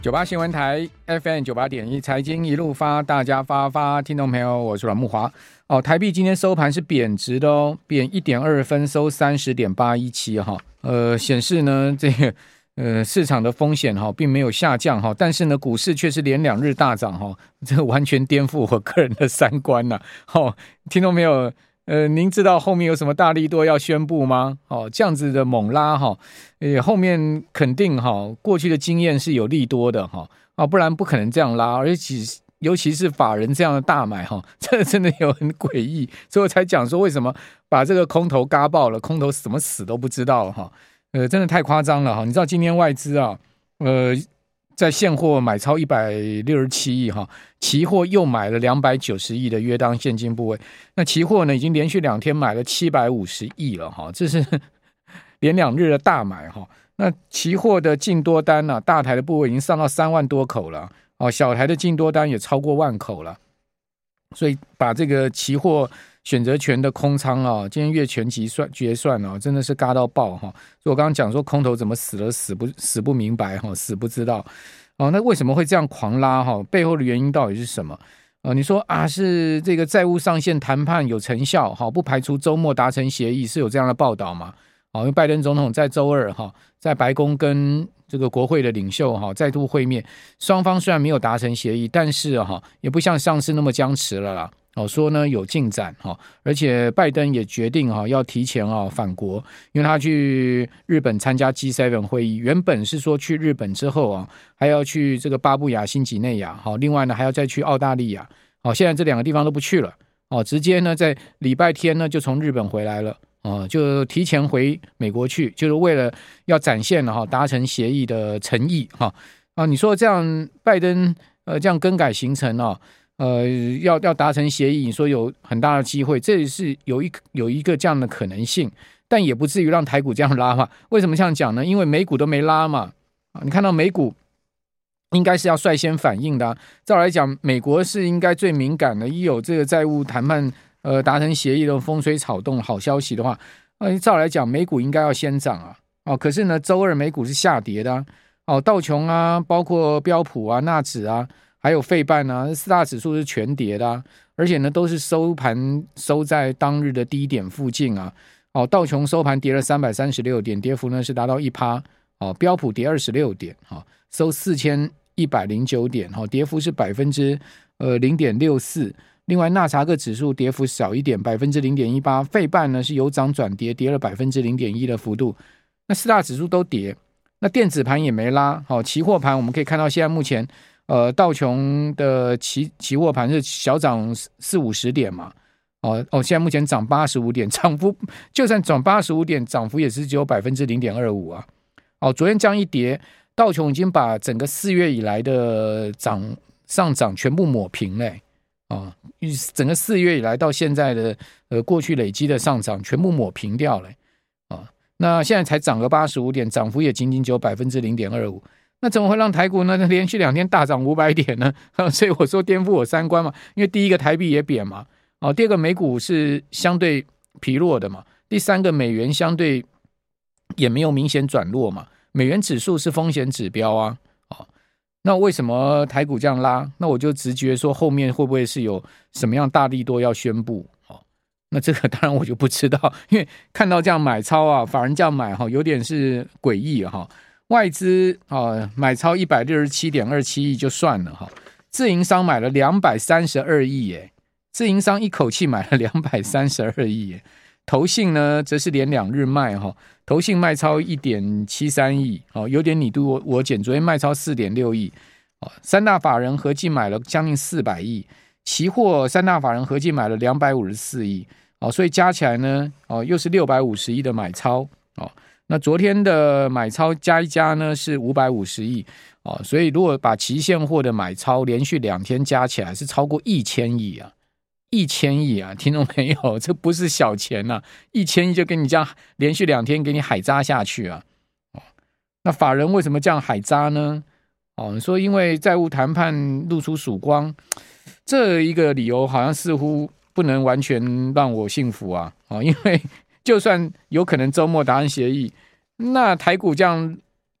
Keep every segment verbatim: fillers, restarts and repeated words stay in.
九八新闻台 F M 九八点一财经一路发，大家发发，听众朋友，我是阮慕骅。哦，台币今天收盘是贬值的哦，贬一点二分，收三十点八一七哈。呃，显示呢这个呃市场的风险哈并没有下降哈，但是呢股市却是连两日大涨哈，这完全颠覆我个人的三观呐、啊。哦，听众朋友。呃，您知道后面有什么大利多要宣布吗？哦，这样子的猛拉哈，呃，后面肯定哈，过去的经验是有利多的哈，啊，不然不可能这样拉，而且尤其是法人这样的大买哈，这真的有很诡异，所以我才讲说为什么把这个空头嘎爆了，空头怎么死都不知道哈，呃，真的太夸张了哈。你知道今天外资啊，呃。在现货买超一百六十七亿哈，期货又买了两百九十亿的约当现金部位。那期货呢，已经连续两天买了七百五十亿了哈，这是连两日的大买哈。那期货的净多单呢、啊，大台的部位已经上到三万多口了哦，小台的净多单也超过万口了。所以把这个期货选择权的空仓啊，今天月全结算决算啊，真的是嘎到爆哈。所以我刚刚讲说空头怎么死了，死不死不明白哈，死不知道哦。那为什么会这样狂拉哈？背后的原因到底是什么？呃，你说啊，是这个债务上限谈判有成效哈，不排除周末达成协议，是有这样的报道吗？哦，因为拜登总统在周二哈，在白宫跟这个国会的领袖哈再度会面，双方虽然没有达成协议，但是哈也不像上次那么僵持了啦。哦，说呢有进展哈，而且拜登也决定哈要提前啊返国，因为他去日本参加 G 七 会议，原本是说去日本之后啊还要去这个巴布亚新几内亚，好，另外呢还要再去澳大利亚，好，现在这两个地方都不去了，哦，直接呢在礼拜天呢就从日本回来了。哦，就提前回美国去，就是为了要展现了哈达成协议的诚意哈啊！你说这样拜登呃这样更改行程哦，呃要要达成协议，你说有很大的机会，这也是有一有一个这样的可能性，但也不至于让台股这样拉嘛？为什么这样讲呢？因为美股都没拉嘛啊！你看到美股应该是要率先反应的、啊，照来讲，美国是应该最敏感的，一有这个债务谈判。呃，达成协议的风吹草动好消息的话，呃，照来讲，美股应该要先涨啊。哦，可是呢，周二美股是下跌的、啊。哦，道琼啊，包括标普啊、纳指啊，还有费半啊，四大指数是全跌的、啊，而且呢，都是收盘收在当日的低点附近啊。哦，道琼收盘跌了三百三十六点，跌幅呢是达到一趴。哦，标普跌二十六点，哦，收四千一百零九点，哦，跌幅是百分之呃零点六四。另外，纳查克指数跌幅小一点，百分之零点一八。费半呢是由涨转跌，跌了百分之零点一的幅度。那四大指数都跌，那电子盘也没拉。好、哦，期货盘我们可以看到，现在目前呃道琼的期期货盘是小涨四五十点嘛。哦哦，现在目前涨八十五点，涨幅就算涨八十五点，涨幅也是只有百分之零点二五啊。哦，昨天这样一跌，道琼已经把整个四月以来的涨上涨全部抹平嘞。哦，整个四月以来到现在的呃过去累积的上涨全部抹平掉了啊、哦，那现在才涨个八十五点，涨幅也仅仅只有百分之零点二五，那怎么会让台股呢连续两天大涨五百点呢？所以我说颠覆我三观嘛，因为第一个台币也贬嘛，哦，第二个美股是相对疲弱的嘛，第三个美元相对也没有明显转弱嘛，美元指数是风险指标啊。那为什么台股这样拉？那我就直觉说后面会不会是有什么样大利多要宣布？哦，那这个当然我就不知道，因为看到这样买超啊，法人这样买哈，有点是诡异哈。外资啊买超一百六十七点二七亿就算了哈，自营商买了两百三十二亿耶，自营商一口气买了两百三十二亿耶。投信呢，则是连两日卖哈，投信卖超 一点七三亿，有点你读我我减，昨天卖超 四点六亿，三大法人合计买了将近四百亿，期货三大法人合计买了两百五十四亿，所以加起来呢，又是六百五十亿的买超，那昨天的买超加一加呢是五百五十亿，所以如果把期现货的买超连续两天加起来是超过一千亿啊。一千亿啊，听懂没有？这不是小钱呐、啊！一千亿就给你这样连续两天给你海扎下去啊！哦，那法人为什么这样海扎呢？哦，你说因为债务谈判露出曙光，这一个理由好像似乎不能完全让我信服啊！哦，因为就算有可能周末达成协议，那台股这样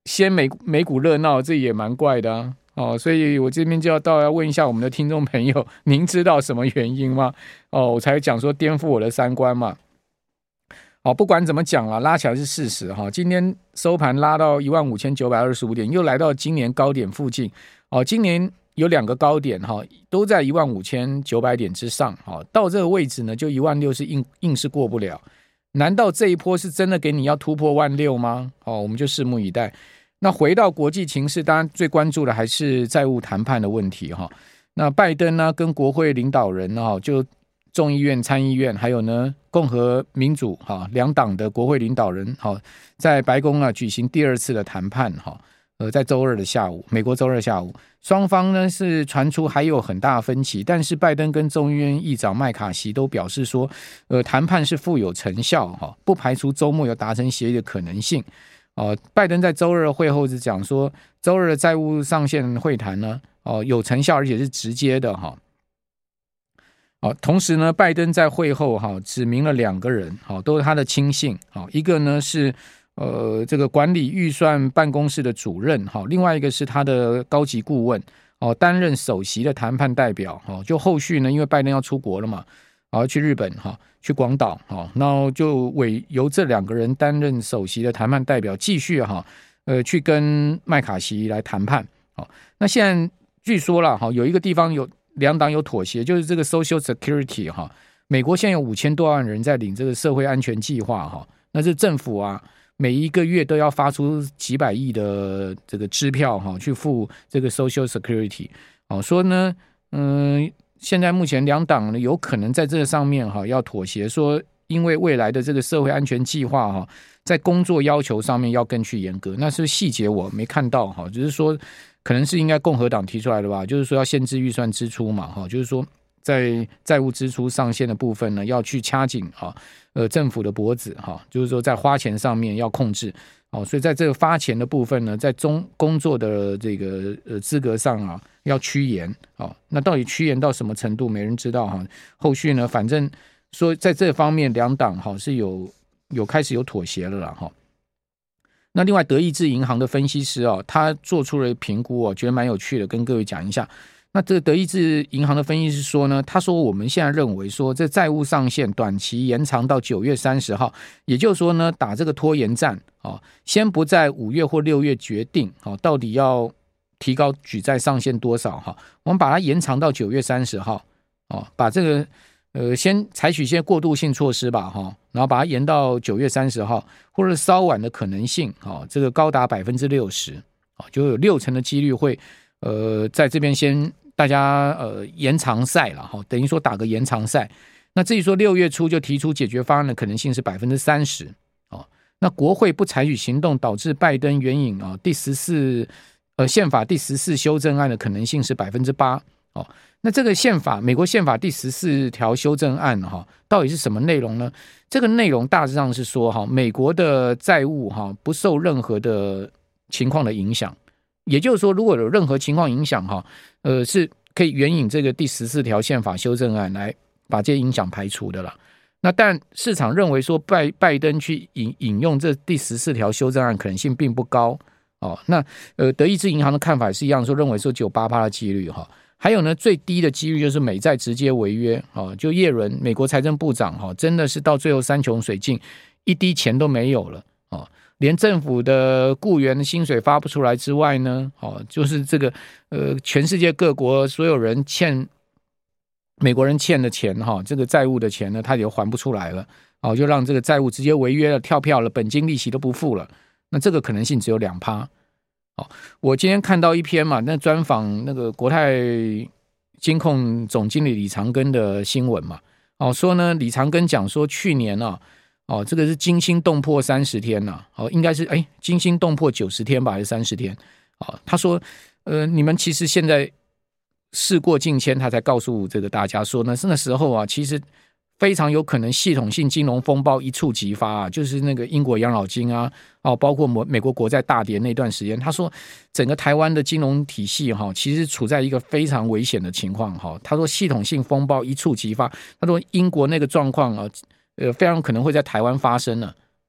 先美美股热闹，这也蛮怪的啊。哦，所以我这边就要到要问一下我们的听众朋友，您知道什么原因吗？哦，我才讲说颠覆我的三观嘛。好，不管怎么讲啦，拉起来是事实哈。今天收盘拉到一万五千九百二十五点，又来到今年高点附近。哦，今年有两个高点哈，都在一万五千九百点之上。好，到这个位置呢，就一万六是硬硬是过不了。难道这一波是真的给你要突破万六吗？哦，我们就拭目以待。那回到国际情势，当然最关注的还是债务谈判的问题哈。那拜登呢，跟国会领导人呢，就众议院、参议院，还有呢共和民主哈两党的国会领导人哈，在白宫啊举行第二次的谈判哈。呃，在周二的下午，美国周二下午，双方呢是传出还有很大的分歧，但是拜登跟众议院议长麦卡锡都表示说，呃，谈判是富有成效哈，不排除周末有达成协议的可能性。哦，拜登在周二会后是讲说，周二的债务上限会谈呢，哦有成效，而且是直接的哈。哦，同时呢，拜登在会后哈指明了两个人，好，都是他的亲信，好，一个呢是呃这个管理预算办公室的主任，好，另外一个是他的高级顾问，哦，担任首席的谈判代表，哦，就后续呢，因为拜登要出国了嘛。好，去日本哈，去广岛哈，然后就委由这两个人担任首席的谈判代表，继续哈，呃，去跟麦卡锡来谈判。好，那现在据说了哈，有一个地方有两党有妥协，就是这个 Social Security 哈，美国现在有五千多万人在领这个社会安全计划哈，那是政府啊，每一个月都要发出几百亿的这个支票哈，去付这个 Social Security。好，说呢，嗯。现在目前两党呢有可能在这个上面哈要妥协，说因为未来的这个社会安全计划哈，在工作要求上面要更去严格。那是细节我没看到哈，只是说可能是应该共和党提出来的吧，就是说要限制预算支出嘛哈，就是说在债务支出上限的部分呢要去掐紧哈呃政府的脖子哈，就是说在花钱上面要控制。哦，所以在这个发钱的部分呢，在中工作的这个呃资格上啊，要趋严。哦，那到底趋严到什么程度，没人知道哈。后续呢，反正说在这方面，两党哈是有有开始有妥协了啦哈。那另外，德意志银行的分析师啊，他做出了评估哦，觉得蛮有趣的，跟各位讲一下。那这个德意志银行的分析师说呢，他说我们现在认为说，这债务上限短期延长到九月三十号，也就是说呢，打这个拖延战啊，先不在五月或六月决定啊，到底要提高举债上限多少哈，我们把它延长到九月三十号啊，把这个呃先采取一些过渡性措施吧哈，然后把它延到九月三十号，或者稍晚的可能性啊，这个高达百分之六十啊，就有六成的几率会呃在这边先。大家呃延长赛了哈，等于说打个延长赛。那至于说六月初就提出解决方案的可能性是百分之三十哦。那国会不采取行动，导致拜登援引啊第十四呃宪法第十四修正案的可能性是百分之八哦。那这个宪法美国宪法第十四条修正案哈，到底是什么内容呢？这个内容大致上是说哈，美国的债务哈不受任何的情况的影响。也就是说，如果有任何情况影响哈，呃，是可以援引这个第十四条宪法修正案来把这些影响排除的啦。那但市场认为说拜拜登去引引用这第十四条修正案可能性并不高哦。那呃，德意志银行的看法是一样，说认为说只有八趴的几率哈。还有呢，最低的几率就是美债直接违约哦。就耶伦美国财政部长哈，真的是到最后山穷水尽，一滴钱都没有了哦。连政府的雇员的薪水发不出来之外呢，哦，就是这个呃，全世界各国所有人欠美国人欠的钱哈，这个债务的钱呢，他也还不出来了，哦，就让这个债务直接违约了，跳票了，本金利息都不付了，那这个可能性只有两趴。哦，我今天看到一篇嘛，那专访那个国泰金控总经理李长庚的新闻嘛，哦，说呢，李长庚讲说去年啊。哦，这个是惊心动魄三十天呐、啊，哦，应该是哎惊心动魄九十天吧，还是三十天？哦，他说，呃，你们其实现在事过境迁，他才告诉这个大家说呢，是那时候啊，其实非常有可能系统性金融风暴一触即发啊，就是那个英国养老金啊，哦，包括美国国债大跌那段时间，他说整个台湾的金融体系哈、啊，其实处在一个非常危险的情况哈、啊。他说系统性风暴一触即发，他说英国那个状况啊。呃，非常可能会在台湾发生了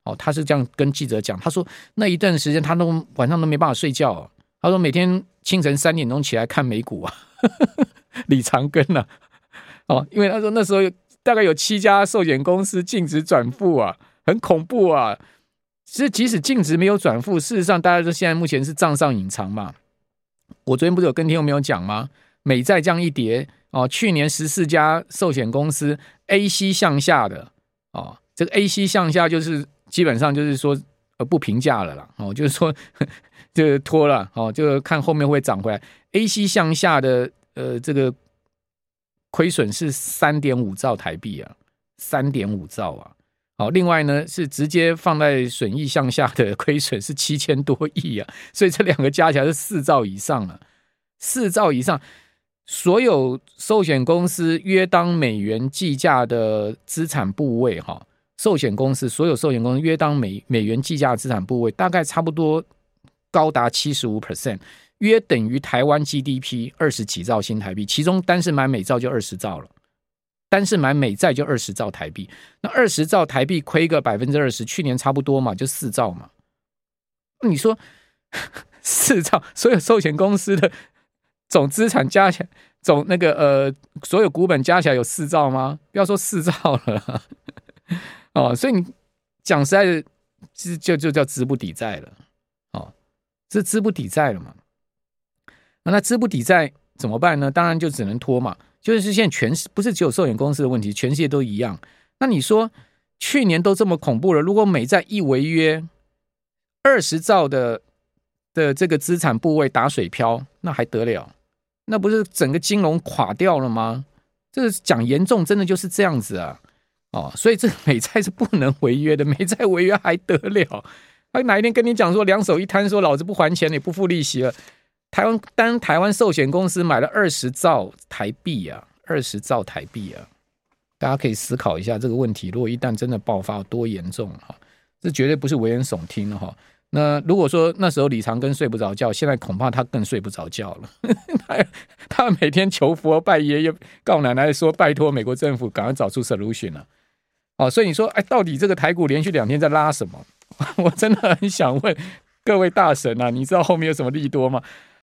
哦，他是这样跟记者讲，他说那一段时间他都晚上都没办法睡觉、哦，他说每天清晨三点钟起来看美股啊，李长庚啊，哦，因为他说那时候大概有七家寿险公司净值转负啊，很恐怖啊。其实即使净值没有转负，事实上大家都现在目前是账上隐藏嘛。我昨天不是有跟听众朋友讲吗？美债这样一跌哦，去年十四家寿险公司 A C 向下的哦，这个 A C 向下就是基本上就是说呃不评价了啦哦，就是说这个拖了哦，就看后面会涨回来。A C 向下的呃这个亏损是 三点五兆台币啊 ,三点五兆啊。好，另外呢是直接放在损益向下的亏损是七千多亿啊，所以这两个加起来是四兆以上了，四兆以上，所有寿险公司约当美元计价的资产部位哈，寿险公司所有寿险公司约当美美元计价的资产部位大概差不多高达 百分之七十五， 约等于台湾 G D P 二十几兆新台币，其中单是买美兆就二十兆了。单是买美债就二十兆台币，那二十兆台币亏个 百分之二十， 去年差不多嘛，就四兆嘛。你说四兆，所有寿险公司的总资产加起来，总那个呃，所有股本加起来有四兆吗？不要说四兆了哦，所以你讲实在的，就就叫资不抵债了哦，这资不抵债了嘛。那资不抵债怎么办呢？当然就只能拖嘛。就是现在全不是只有寿险公司的问题，全世界都一样。那你说去年都这么恐怖了，如果美债一违约，二十兆的的这个资产部位打水漂，那还得了？那不是整个金融垮掉了吗？这个讲严重，真的就是这样子啊！哦，所以这美债是不能违约的，美债违约还得了？他哪一天跟你讲说两手一摊，说老子不还钱，也不付利息了？台湾单台湾寿险公司买了二十兆台币啊，二十兆台币啊，大家可以思考一下这个问题。如果一旦真的爆发，有多严重哈？这绝对不是危言耸听了哈。那如果说那时候李长庚睡不着觉，现在恐怕他更睡不着觉了。他他每天求佛拜爷爷告奶奶说拜托美国政府赶快找出 solution 啊！哦，所以你说哎，到底这个台股连续两天在拉什么？我真的很想问各位大神啊，你知道后面有什么利多吗？